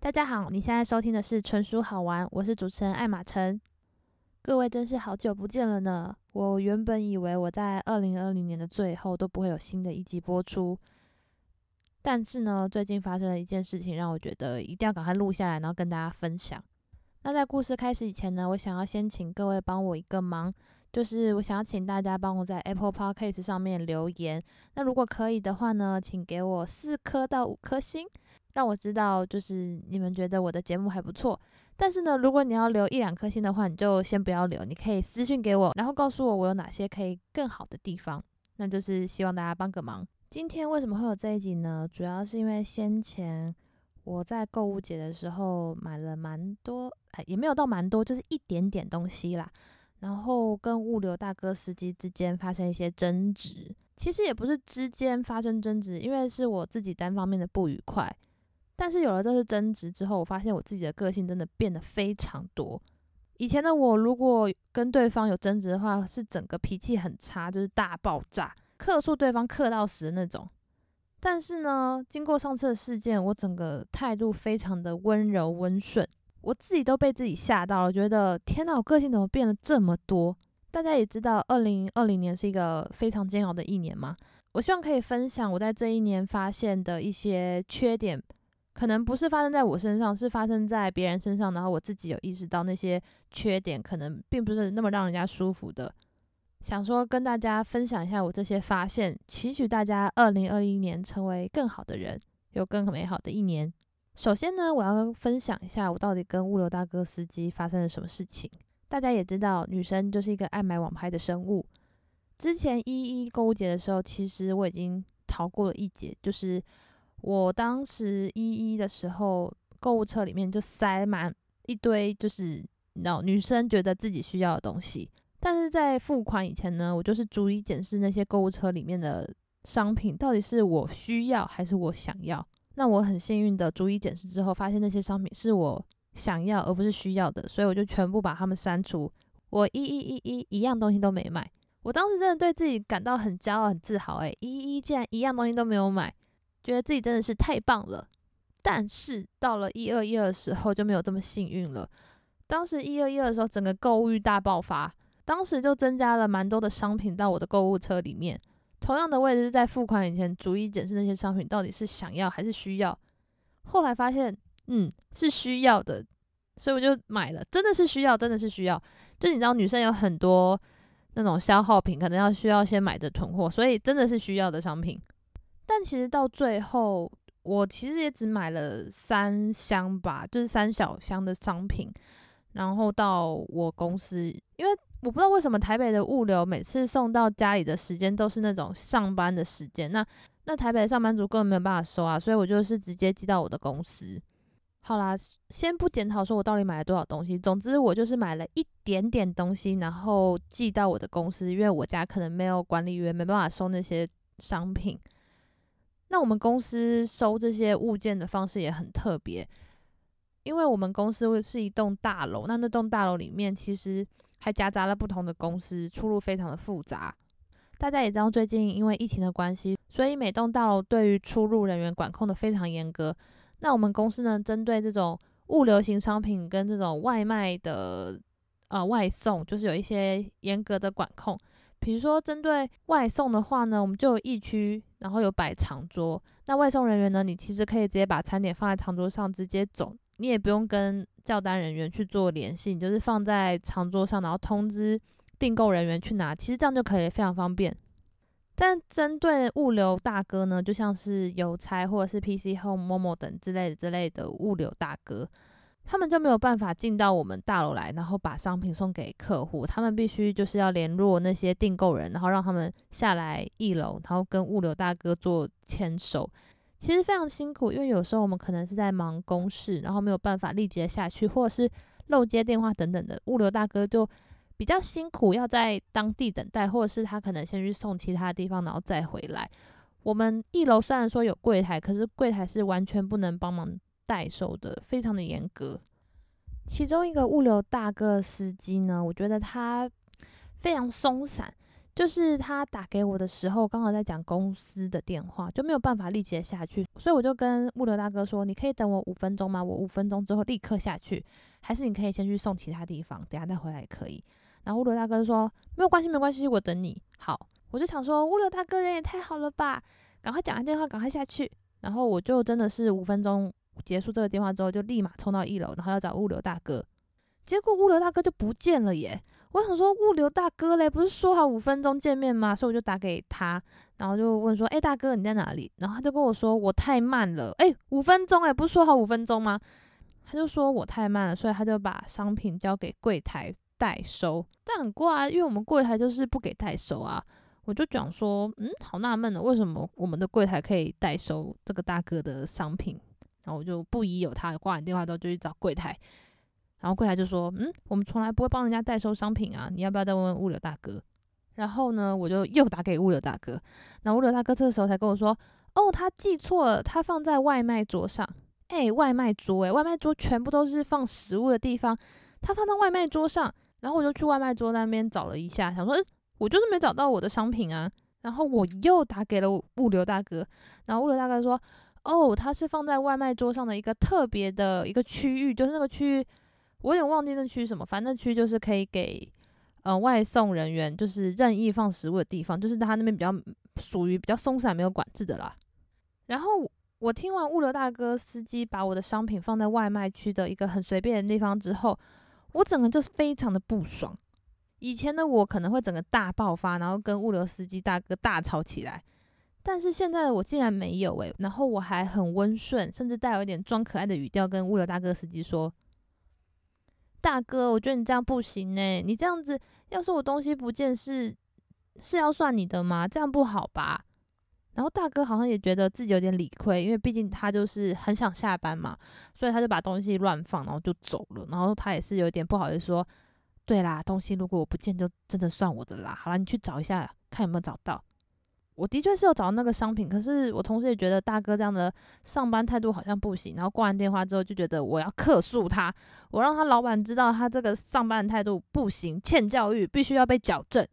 大家好，你现在收听的是纯属好玩，我是主持人艾玛晨。各位真是好久不见了呢。我原本以为我在2020年的最后都不会有新的一集播出，但是呢，最近发生了一件事情，让我觉得一定要赶快录下来，然后跟大家分享。那在故事开始以前呢，我想要先请各位帮我一个忙，就是我想要请大家帮我在 Apple Podcast 上面留言。那如果可以的话呢，请给我4颗到5颗星，让我知道就是你们觉得我的节目还不错。但是呢，如果你要留1-2颗星的话，你就先不要留，你可以私讯给我，然后告诉我有哪些可以更好的地方。那就是希望大家帮个忙。今天为什么会有这一集呢？主要是因为先前我在购物节的时候买了蛮多，也没有到蛮多，就是一点点东西啦。然后跟物流大哥司机之间发生一些争执，其实也不是之间发生争执，因为是我自己单方面的不愉快。但是有了这次争执之后，我发现我自己的个性真的变得非常多。以前的我如果跟对方有争执的话，是整个脾气很差，就是大爆炸，客诉对方客到死的那种。但是呢，经过上次的事件，我整个态度非常的温柔温顺，我自己都被自己吓到了，觉得天哪，我个性怎么变了这么多？大家也知道2020年是一个非常煎熬的一年嘛，我希望可以分享我在这一年发现的一些缺点，可能不是发生在我身上，是发生在别人身上，然后我自己有意识到那些缺点可能并不是那么让人家舒服的。想说跟大家分享一下我这些发现，期许大家2021年成为更好的人，有更美好的一年。首先呢，我要分享一下我到底跟物流大哥司机发生了什么事情。大家也知道，女生就是一个爱买网拍的生物。之前11购物节的时候，其实我已经逃过了一劫，就是我当时11的时候，购物车里面就塞满一堆，就是你知道女生觉得自己需要的东西。但是在付款以前呢，我就是逐一检视那些购物车里面的商品，到底是我需要还是我想要。那我很幸运的逐一检视之后，发现那些商品是我想要而不是需要的，所以我就全部把它们删除。我一样东西都没买。我当时真的对自己感到很骄傲、很自豪。竟然一样东西都没有买，觉得自己真的是太棒了。但是到了1212的时候就没有这么幸运了。当时1212的时候，整个购物欲大爆发。当时就增加了蛮多的商品到我的购物车里面，同样的我也是在付款以前逐一检视那些商品到底是想要还是需要。后来发现是需要的，所以我就买了，真的是需要，真的是需要。就你知道女生有很多那种消耗品，可能需要先买着囤货，所以真的是需要的商品。但其实到最后我其实也只买了3箱吧，就是3小箱的商品，然后到我公司，因为我不知道为什么台北的物流每次送到家里的时间都是那种上班的时间，那台北的上班族根本没有办法收啊，所以我就是直接寄到我的公司。好啦，先不检讨说我到底买了多少东西，总之我就是买了一点点东西，然后寄到我的公司，因为我家可能没有管理员，没办法收那些商品。那我们公司收这些物件的方式也很特别，因为我们公司是一栋大楼，那栋大楼里面其实还夹杂了不同的公司，出入非常的复杂。大家也知道，最近因为疫情的关系，所以每栋大楼对于出入人员管控的非常严格。那我们公司呢，针对这种物流型商品跟这种外卖的外送，就是有一些严格的管控。比如说针对外送的话呢，我们就有1区，然后有摆长桌。那外送人员呢，你其实可以直接把餐点放在长桌上直接走，你也不用跟叫单人员去做联系，你就是放在长桌上，然后通知订购人员去拿，其实这样就可以，非常方便。但针对物流大哥呢，就像是邮差或者是 PC Home、Momo 等之类的物流大哥，他们就没有办法进到我们大楼来，然后把商品送给客户。他们必须就是要联络那些订购人，然后让他们下来1楼，然后跟物流大哥做签收。其实非常辛苦，因为有时候我们可能是在忙公事，然后没有办法立即下去，或者是漏接电话等等的，物流大哥就比较辛苦，要在当地等待，或者是他可能先去送其他地方，然后再回来。我们1楼虽然说有柜台，可是柜台是完全不能帮忙代收的，非常的严格。其中一个物流大哥司机呢，我觉得他非常松散， 就是他打给我的时候，刚好在讲公司的电话，就没有办法立即下去，所以我就跟物流大哥说：“你可以等我5分钟吗？我5分钟之后立刻下去，还是你可以先去送其他地方，等下再回来也可以。”然后物流大哥就说：“没有关系，没有关系，我等你。”好，我就想说，物流大哥人也太好了吧，赶快讲完电话，赶快下去。然后我就真的是5分钟结束这个电话之后，就立马冲到1楼，然后要找物流大哥。结果物流大哥就不见了耶！我想说物流大哥嘞，不是说好5分钟见面吗？所以我就打给他，然后就问说：“大哥你在哪里？”然后他就跟我说：“我太慢了。5分钟不是说好5分钟吗？”他就说我太慢了，所以他就把商品交给柜台代收。但很怪啊，因为我们柜台就是不给代收啊。我就讲说，好纳闷为什么我们的柜台可以代收这个大哥的商品？然后我就不疑有他，挂完电话之后就去找柜台。然后柜台就说：“我们从来不会帮人家代收商品啊，你要不要再问问物流大哥？”然后呢，我就又打给物流大哥，然后物流大哥这个时候才跟我说：“哦，他记错了，他放在外卖桌上。”外卖桌外卖桌全部都是放食物的地方，他放在外卖桌上。然后我就去外卖桌那边找了一下，想说，我就是没找到我的商品啊。然后我又打给了物流大哥，然后物流大哥说：“哦，他是放在外卖桌上的一个特别的一个区域，就是那个区域。”我有点忘记那区什么，反正那区就是可以给外送人员就是任意放食物的地方，就是他那边比较属于比较松散没有管制的啦。然后我听完物流大哥司机把我的商品放在外卖区的一个很随便的地方之后，我整个就非常的不爽。以前的我可能会整个大爆发，然后跟物流司机大哥大吵起来，但是现在的我竟然没有然后我还很温顺，甚至带有一点装可爱的语调跟物流大哥司机说：“大哥，我觉得你这样不行你这样子，要是我东西不见是要算你的吗？这样不好吧？”然后大哥好像也觉得自己有点理亏，因为毕竟他就是很想下班嘛，所以他就把东西乱放，然后就走了。然后他也是有点不好意思说：“对啦，东西如果我不见，就真的算我的啦。好啦，你去找一下，看有没有找到。”我的确是有找到那个商品，可是我同时也觉得大哥这样的上班态度好像不行。然后挂完电话之后，就觉得我要客诉他，我让他老板知道他这个上班的态度不行，欠教育，必须要被矫正。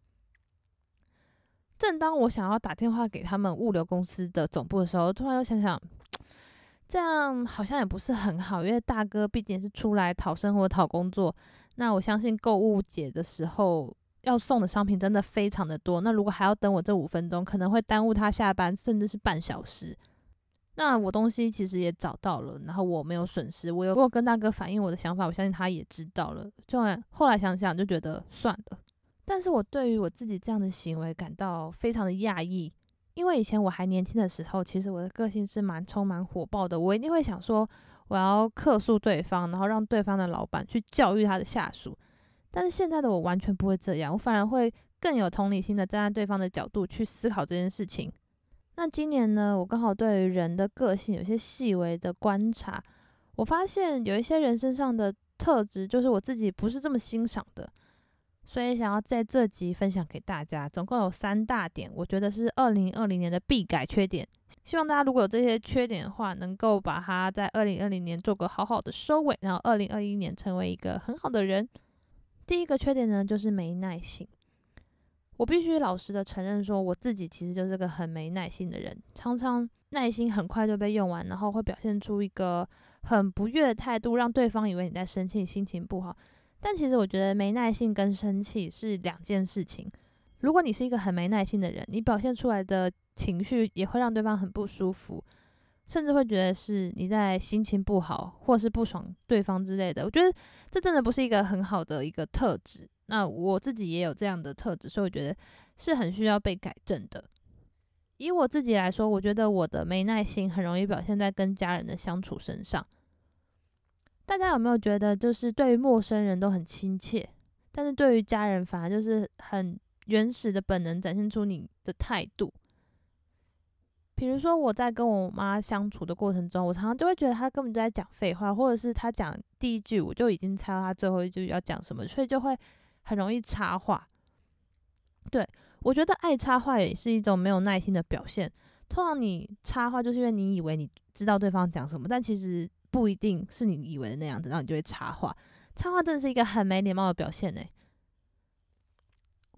正当我想要打电话给他们物流公司的总部的时候，突然又想想，这样好像也不是很好，因为大哥毕竟是出来讨生活、讨工作。那我相信购物节的时候要送的商品真的非常的多，那如果还要等我这5分钟，可能会耽误他下班，甚至是半小时。那我东西其实也找到了，然后我没有损失，我有跟大哥反映我的想法，我相信他也知道了。就后来想想就觉得算了，但是我对于我自己这样的行为感到非常的讶异，因为以前我还年轻的时候，其实我的个性是蛮充满火爆的，我一定会想说我要客诉对方，然后让对方的老板去教育他的下属。但是现在的我完全不会这样，我反而会更有同理心的站在对方的角度去思考这件事情。那今年呢，我刚好对于人的个性有些细微的观察，我发现有一些人身上的特质就是我自己不是这么欣赏的，所以想要在这集分享给大家。总共有3大点，我觉得是2020年的必改缺点，希望大家如果有这些缺点的话，能够把它在2020年做个好好的收尾，然后2021年成为一个很好的人。第一个缺点呢，就是没耐性。我必须老实的承认说，我自己其实就是个很没耐心的人，常常耐心很快就被用完，然后会表现出一个很不悦的态度，让对方以为你在生气，心情不好。但其实我觉得没耐性跟生气是2件事情。如果你是一个很没耐心的人，你表现出来的情绪也会让对方很不舒服，甚至会觉得是你在心情不好或是不爽对方之类的。我觉得这真的不是一个很好的一个特质，那我自己也有这样的特质，所以我觉得是很需要被改正的。以我自己来说，我觉得我的没耐心很容易表现在跟家人的相处身上。大家有没有觉得就是对于陌生人都很亲切，但是对于家人反而就是很原始的本能展现出你的态度？比如说我在跟我妈相处的过程中，我常常就会觉得她根本就在讲废话，或者是她讲第一句我就已经猜到她最后一句要讲什么，所以就会很容易插话。对，我觉得爱插话也是一种没有耐心的表现。通常你插话就是因为你以为你知道对方讲什么，但其实不一定是你以为的那样子，然后你就会插话。插话真的是一个很没礼貌的表现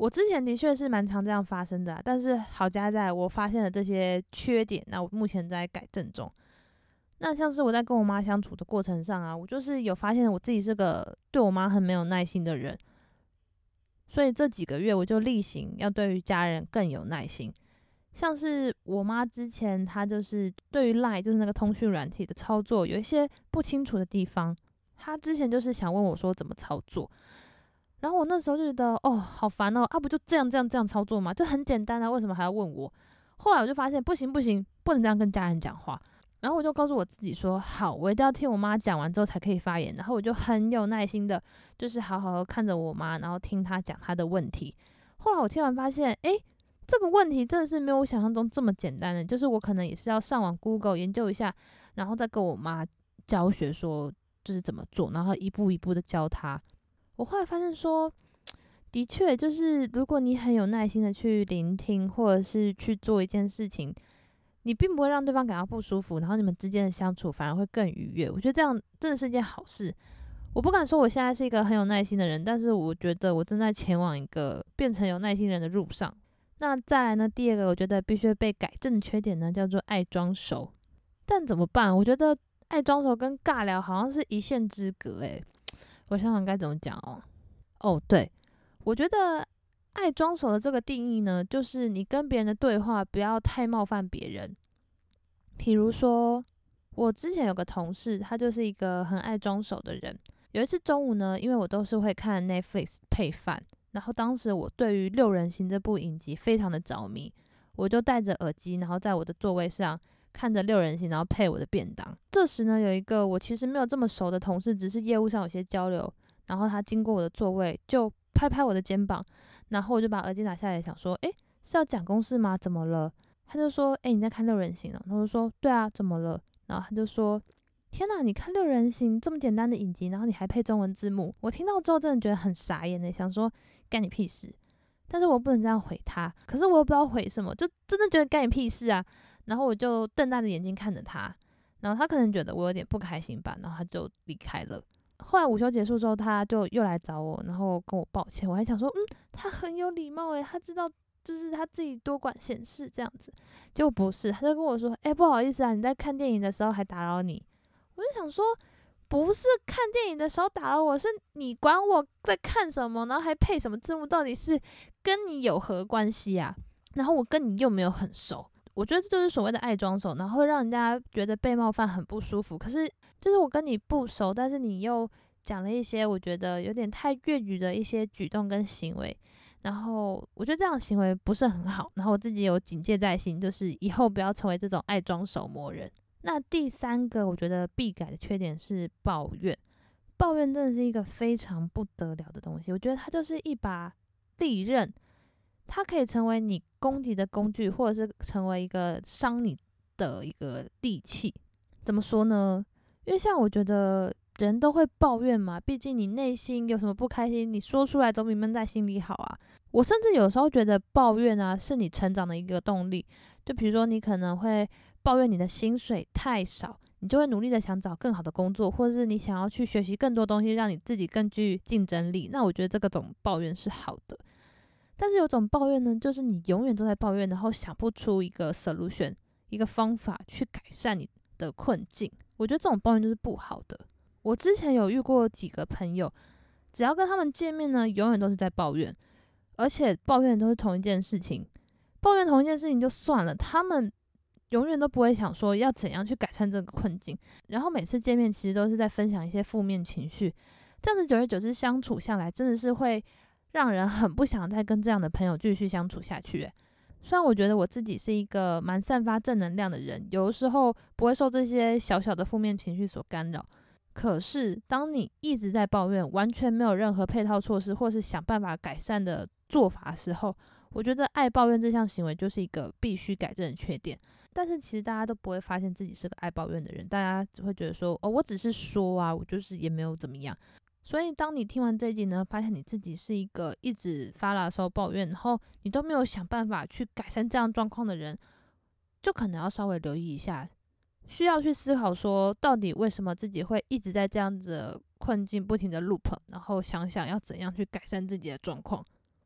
我之前的确是蛮常这样发生的但是好加在我发现了这些缺点，那我目前在改正中。那像是我在跟我妈相处的过程上啊，我就是有发现我自己是个对我妈很没有耐心的人，所以这几个月我就例行要对于家人更有耐心。像是我妈之前她就是对于 LINE 就是那个通讯软体的操作有一些不清楚的地方，她之前就是想问我说怎么操作，然后我那时候就觉得好烦不就这样操作吗？就很简单啊，为什么还要问我？后来我就发现不行，不能这样跟家人讲话。然后我就告诉我自己说，好，我一定要听我妈讲完之后才可以发言。然后我就很有耐心的，就是好好的看着我妈，然后听她讲她的问题。后来我听完发现，这个问题真的是没有我想象中这么简单的，就是我可能也是要上网 Google 研究一下，然后再跟我妈教学说就是怎么做，然后一步一步的教她。我后来发现说，的确就是如果你很有耐心的去聆听，或者是去做一件事情，你并不会让对方感到不舒服，然后你们之间的相处反而会更愉悦。我觉得这样真的是一件好事。我不敢说我现在是一个很有耐心的人，但是我觉得我正在前往一个变成有耐心人的路上。那再来呢，第二个我觉得必须被改正的缺点呢，叫做爱装熟。但怎么办？我觉得爱装熟跟尬聊好像是一线之隔我想想该怎么讲对，我觉得爱装熟的这个定义呢，就是你跟别人的对话不要太冒犯别人。比如说，我之前有个同事，他就是一个很爱装熟的人。有一次中午呢，因为我都是会看 Netflix 配饭，然后当时我对于《六人行》这部影集非常的着迷，我就戴着耳机，然后在我的座位上看着《六人行》，然后配我的便当。这时呢，有一个我其实没有这么熟的同事，只是业务上有些交流，然后他经过我的座位，就拍拍我的肩膀，然后我就把耳机拿下来，想说，是要讲公事吗？怎么了？他就说，你在看《六人行》哦？然后我就说，对啊，怎么了？然后他就说，天哪，你看《六人行》这么简单的影集，然后你还配中文字幕。我听到之后真的觉得很傻眼想说干你屁事。但是我不能这样回他，可是我又不知道回什么，就真的觉得干你屁事啊。然后我就瞪大的眼睛看着他，然后他可能觉得我有点不开心吧，然后他就离开了。后来午休结束之后，他就又来找我，然后跟我抱歉。我还想说，他很有礼貌他知道就是他自己多管闲事这样子。结果不是，他就跟我说，不好意思啊，你在看电影的时候还打扰你。我就想说，不是看电影的时候打扰我，是你管我在看什么，然后还配什么字幕，到底是跟你有何关系啊？然后我跟你又没有很熟。我觉得这就是所谓的爱装熟，然后会让人家觉得被冒犯很不舒服。可是就是我跟你不熟，但是你又讲了一些我觉得有点太越矩的一些举动跟行为，然后我觉得这样的行为不是很好，然后我自己有警戒在心，就是以后不要成为这种爱装熟魔人。那第三个我觉得必改的缺点是抱怨。抱怨真的是一个非常不得了的东西，我觉得它就是一把利刃，它可以成为你攻击的工具，或者是成为一个伤你的一个利器。怎么说呢？因为像我觉得人都会抱怨嘛，毕竟你内心有什么不开心，你说出来总比闷在心里好啊。我甚至有时候觉得抱怨啊，是你成长的一个动力。就比如说你可能会抱怨你的薪水太少，你就会努力的想找更好的工作，或者是你想要去学习更多东西，让你自己更具竞争力。那我觉得这种抱怨是好的。但是有种抱怨呢，就是你永远都在抱怨，然后想不出一个 solution， 一个方法去改善你的困境。我觉得这种抱怨就是不好的。我之前有遇过几个朋友，只要跟他们见面呢，永远都是在抱怨，而且抱怨都是同一件事情。抱怨同一件事情就算了，他们永远都不会想说要怎样去改善这个困境，然后每次见面其实都是在分享一些负面情绪。这样子久而久之相处下来，真的是会让人很不想再跟这样的朋友继续相处下去虽然我觉得我自己是一个蛮散发正能量的人，有的时候不会受这些小小的负面情绪所干扰，可是当你一直在抱怨，完全没有任何配套措施或是想办法改善的做法的时候，我觉得爱抱怨这项行为就是一个必须改正的缺点。但是其实大家都不会发现自己是个爱抱怨的人，大家只会觉得说我只是说啊，我就是也没有怎么样。所以当你听完这一集呢，发现你自己是一个一直发牢骚抱怨，然后你都没有想办法去改善这样状况的人，就可能要稍微留意一下，需要去思考说到底为什么自己会一直在这样子的困境不停的 loop， 然后想想要怎样去改善自己的状况。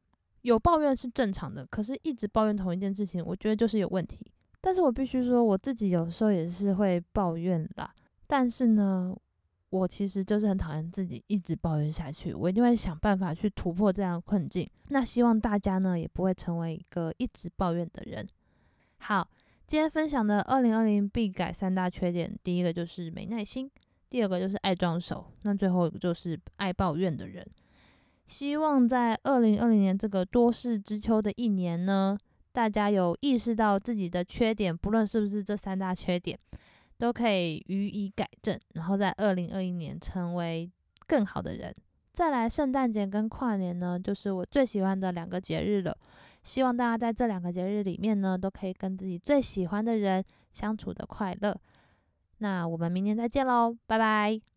有抱怨是正常的，可是一直抱怨同一件事情，我觉得就是有问题。但是我必须说，我自己有时候也是会抱怨啦。但是呢，我其实就是很讨厌自己一直抱怨下去，我一定会想办法去突破这样的困境。那希望大家呢，也不会成为一个一直抱怨的人。好，今天分享的2020必改3大缺点，第一个就是没耐心，第二个就是爱装熟，那最后一个就是爱抱怨的人。希望在2020年这个多事之秋的一年呢，大家有意识到自己的缺点，不论是不是这3大缺点，都可以予以改正，然后在2021年成为更好的人。再来，圣诞节跟跨年呢，就是我最喜欢的2个节日了。希望大家在这2个节日里面呢，都可以跟自己最喜欢的人相处的快乐。那我们明年再见喽，拜拜。